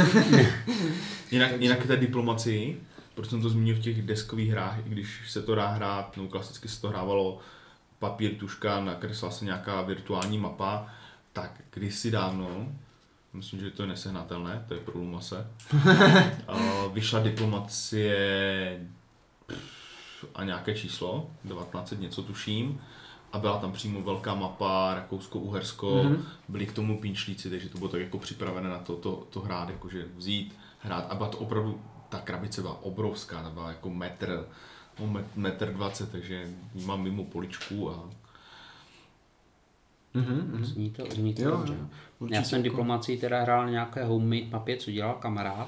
jinak, jinak té diplomacii, proč jsem to zmínil v těch deskových hrách, i když se to dá hrát, no klasicky se to hrávalo papír, tuška, nakreslila se nějaká virtuální mapa, Tak, kdysi dávno, myslím, že to je nesehnatelné, to je pro Lumase, vyšla diplomacie a nějaké číslo, devatenáct set něco tuším, a byla tam přímo velká mapa Rakousko-Uhersko, mm-hmm. byli k tomu pínčlíci, takže to bylo tak jako připravené na to, to, to hrát, jakože vzít, hrát. A byla to opravdu, ta krabice byla obrovská, ta byla jako metr, no metr dvacet, takže ji mám mimo poličku a... Mm-hmm. Zní to, zní to jo, dobře. Já jsem jako... diplomacii teda hrál na nějaké homemade mapě, co dělal kamarád.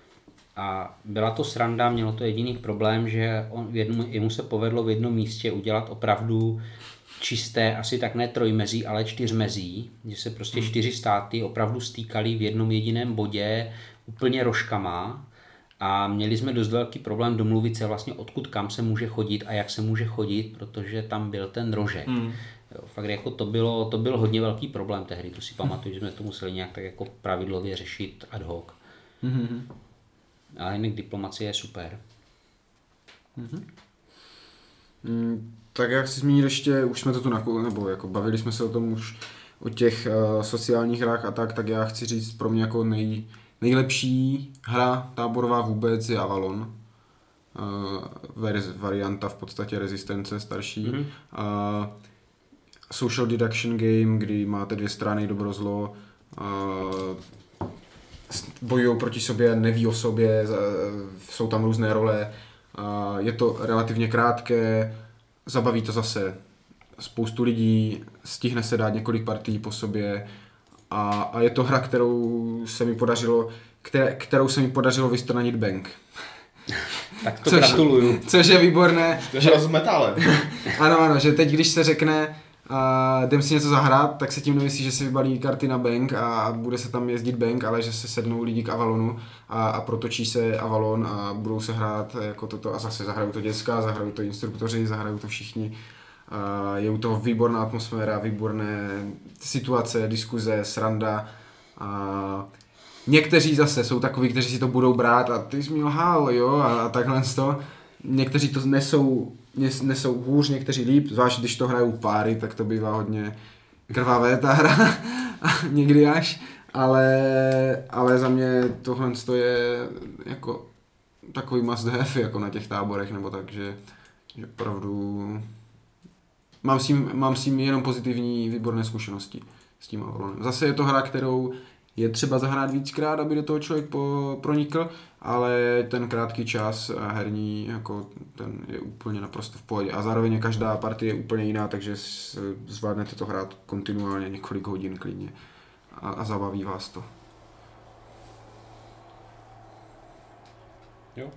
A byla to sranda, mělo to jediný problém, že on v jednom, jemu se povedlo v jednom místě udělat opravdu čisté, asi tak ne trojmezí, ale čtyřmezí, že se prostě čtyři státy opravdu stýkaly v jednom jediném bodě úplně rožkama a měli jsme dost velký problém domluvit se vlastně odkud kam se může chodit a jak se může chodit, protože tam byl ten rožek. Mm. Jo, fakt jako to bylo, to byl hodně velký problém tehdy, to si pamatuju, že jsme to museli nějak tak jako pravidlově řešit ad hoc. Mm-hmm. Ale jinak diplomacie je super. Mm-hmm. Mm, tak jak si zmínil ještě, už jsme to tu nakou, nebo jako bavili jsme se o tom už o těch uh, sociálních hrách a tak, tak já chci říct, pro mě jako nej, nejlepší hra táborová vůbec je Avalon. Uh, varianta v podstatě rezistence starší. Mm-hmm. Uh, social deduction game, kdy máte dvě strany, dobro, zlo, uh, bojují proti sobě, neví o sobě, jsou tam různé role, je to relativně krátké, zabaví to zase spoustu lidí, stihne se dát několik partií po sobě a, a je to hra, kterou se mi podařilo, které, kterou se mi podařilo vystrnanit bank. Tak to což, gratuluju. Což je výborné. To je s metálem. Ano, ano, že teď, když se řekne a jdem si něco zahrát, tak se tím nemyslí, že se vybalí karty na bank a bude se tam jezdit bank, ale že se sednou lidi k Avalonu a, a protočí se Avalon a budou se hrát jako toto a zase zahrajou to děcka, zahrajou to instruktoři, zahrajou to všichni. A je u toho výborná atmosféra, výborné situace, diskuze, sranda a někteří zase jsou takoví, kteří si to budou brát a ty jsi mi lhal, jo, a, a takhle to. Někteří to nesou nesou hůř, někteří líp, zvlášť když to hrajou páry, tak to bývá hodně krvavé ta hra, někdy až, ale, ale za mě tohle je jako takový must have jako na těch táborech, nebo tak, že, že opravdu mám s, tím, mám s tím jenom pozitivní, výborné zkušenosti s tím Avalonem. Zase je to hra, kterou je třeba zahrát víckrát, aby do toho člověk po, pronikl, ale ten krátký čas herní, jako ten je úplně naprosto v pohodě. A zároveň každá partie je úplně jiná, takže zvládnete to hrát kontinuálně několik hodin klidně a, a zabaví vás to. Jo.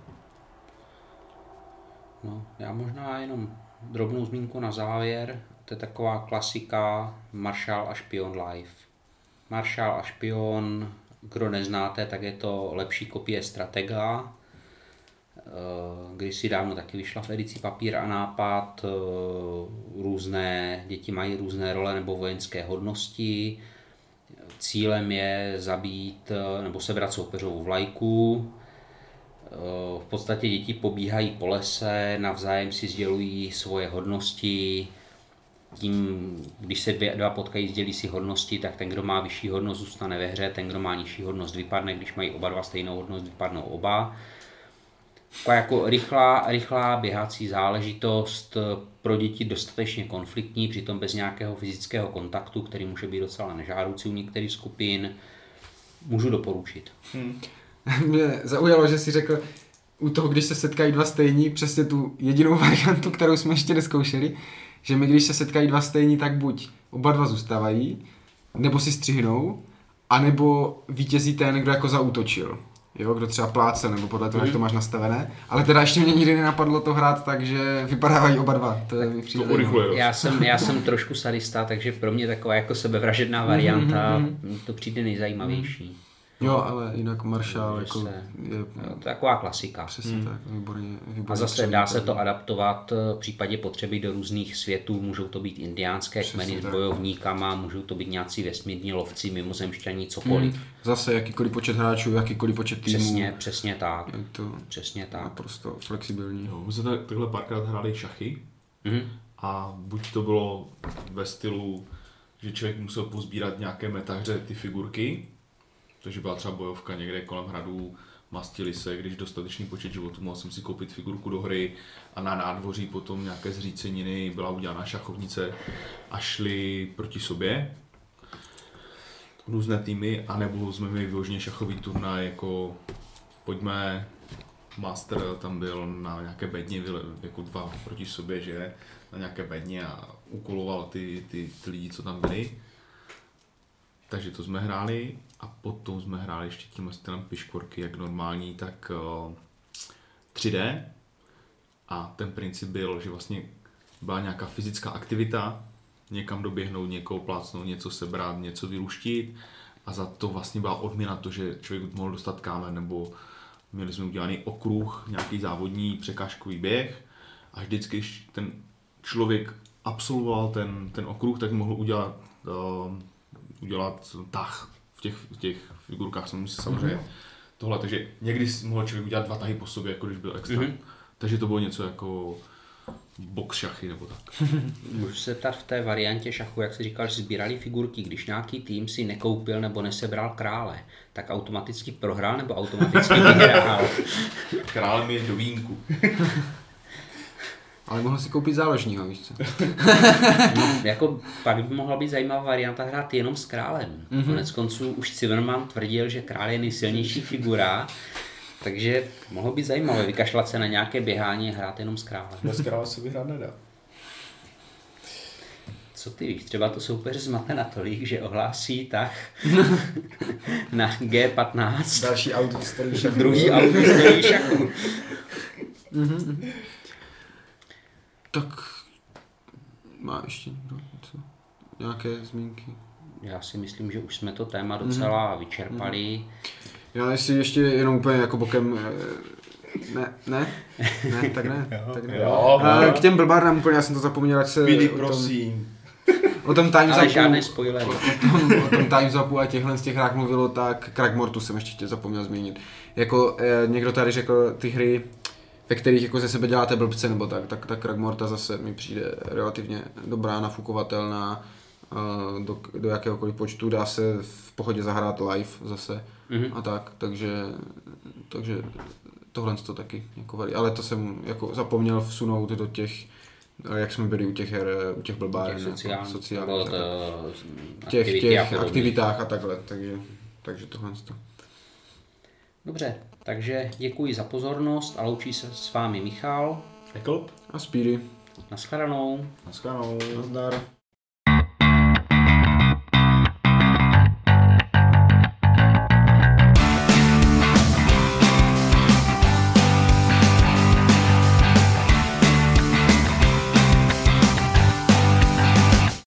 No, já možná jenom drobnou zmínku na závěr. To je taková klasika Maršál a špion live. Maršál a špion, kdo neznáte, tak je to lepší kopie Stratega. Když si dávno taky vyšla v edici Papír a nápad, různé děti mají různé role nebo vojenské hodnosti. Cílem je zabít nebo sebrat soupeřovou vlajku. V podstatě děti pobíhají po lese, navzájem si sdělují svoje hodnosti. Tím, když se dvě, dva potkají, sdělí si hodnosti, tak ten, kdo má vyšší hodnost, zůstane ve hře, ten, kdo má nižší hodnost, vypadne, když mají oba dva stejnou hodnost, vypadnou oba. Taková jako rychlá, rychlá běhací záležitost, pro děti dostatečně konfliktní, přitom bez nějakého fyzického kontaktu, který může být docela nežádoucí u některých skupin, můžu doporučit. Hmm. Mě zaujalo, že jsi řekl, u toho, když se setkají dva stejní, přesně tu jedinou variantu, kterou jsme ještě neskoušeli, že my, když se setkají dva stejní, tak buď oba dva zůstávají, nebo si střihnou, anebo vítězí ten, kdo jako zaútočil. Jo, kdo třeba plácel, nebo podle toho, mm. jak to máš nastavené. Ale teda ještě mě nikdy nenapadlo to hrát tak, že vypadávají oba dva. To je mi přijde. Já jsem, já jsem trošku sadista, takže pro mě taková jako sebevražedná varianta, mm-hmm. to přijde nejzajímavější. Jo, ale jinak Maršál jako se, je... Jo, to je taková klasika. Přesně hmm. tak, výborně, výborně. A zase dá se to adaptovat v případě potřeby do různých světů, můžou to být indiánské kmeny s bojovníkama, můžou to být nějací vesmírní lovci, mimozemšťaní, cokoliv. Hmm. Zase jakýkoliv počet hráčů, jakýkoliv počet týmů. Přesně, přesně tak. Je to přesně tak. Naprosto flexibilní. Jo, my jsme takhle párkrát hráli šachy hmm. a buď to bylo ve stylu, že člověk musel pozbírat nějaké metahře ty figurky, takže byla třeba bojovka někde kolem hradu, mastili se, když dostatečný počet životů, mohl jsem si koupit figurku do hry a na nádvoří potom nějaké zříceniny, byla udělána šachovnice a šli proti sobě různé týmy, anebo jsme měli vyloženě šachový turnaj, jako pojďme, master tam byl na nějaké bedně, jako dva proti sobě, že na nějaké bedně a úkoloval ty, ty, ty lidi, co tam byli. Takže to jsme hráli a potom jsme hráli ještě tímhle stylem piškvorky, jak normální, tak uh, tři dé. A ten princip byl, že vlastně byla nějaká fyzická aktivita, někam doběhnout, někoho plácnout, něco sebrat, něco vyluštit a za to vlastně byla odměna to, že člověk mohl dostat kámen, nebo měli jsme udělaný okruh, nějaký závodní překážkový běh a vždycky, když ten člověk absolvoval ten, ten okruh, tak mohl udělat uh, udělat tah. V těch, v těch figurkách jsem musel samozřejmě mm-hmm. tohle, takže někdy mohl člověk udělat dva tahy po sobě, jako když byl extra. Mm-hmm. Takže to bylo něco jako box šachy nebo tak. Můžu se ptát v té variantě šachu, jak jsi říkal, že sbírali figurky, když nějaký tým si nekoupil nebo nesebral krále, tak automaticky prohrál nebo automaticky vyhrál? Král mi do vínku. Ale mohl si koupit záložního, víš co? No, jako pak by mohla být zajímavá varianta hrát jenom s králem. Mm-hmm. Konec konců už Zimmerman tvrdil, že král je nejsilnější figura, takže mohlo být zajímavé vykašlat se na nějaké běhání a hrát jenom s králem. Bez krále se vyhrát nedá. Co ty víš, třeba to soupeř zmate natolik, že ohlásí tah na G patnáct. Další aut v historii šachu. Druhý aut v historii šachu. Mm-hmm. Tak má ještě někdo něco? Nějaké zmínky? Já si myslím, že už jsme to téma docela mm-hmm. vyčerpali. Já jestli ještě jenom úplně jako bokem... Ne, ne, ne, tak ne. Tak ne. Jo, A k těm blbárnám úplně, já jsem to zapomněl, jak se... Pili, o tom, prosím. O tom time Ale zapu, žádné spoilery. O tom, o tom time zapu a těchhle z těch hrách mluvilo, tak Kragmortu jsem ještě zapomněl zmínit. Jako eh, někdo tady řekl ty hry, ve kterých jako ze sebe děláte blbce nebo tak, tak ta Kragmorta zase mi přijde relativně dobrá, nafukovatelná, uh, do, do jakéhokoliv počtu, dá se v pohodě zahrát live zase mm-hmm. a tak, takže, takže tohle to taky jako veli. Ale to jsem jako zapomněl vsunout do těch, jak jsme byli u těch her, u těch blbáren, těch sociálních, jako, sociálních to, těch, aktivity těch a aktivitách a takhle, takže, takže tohle to. Dobře, takže děkuji za pozornost a loučí se s vámi Michal Ekl? A Speedy. Naschledanou. Naschledanou. Nazdar.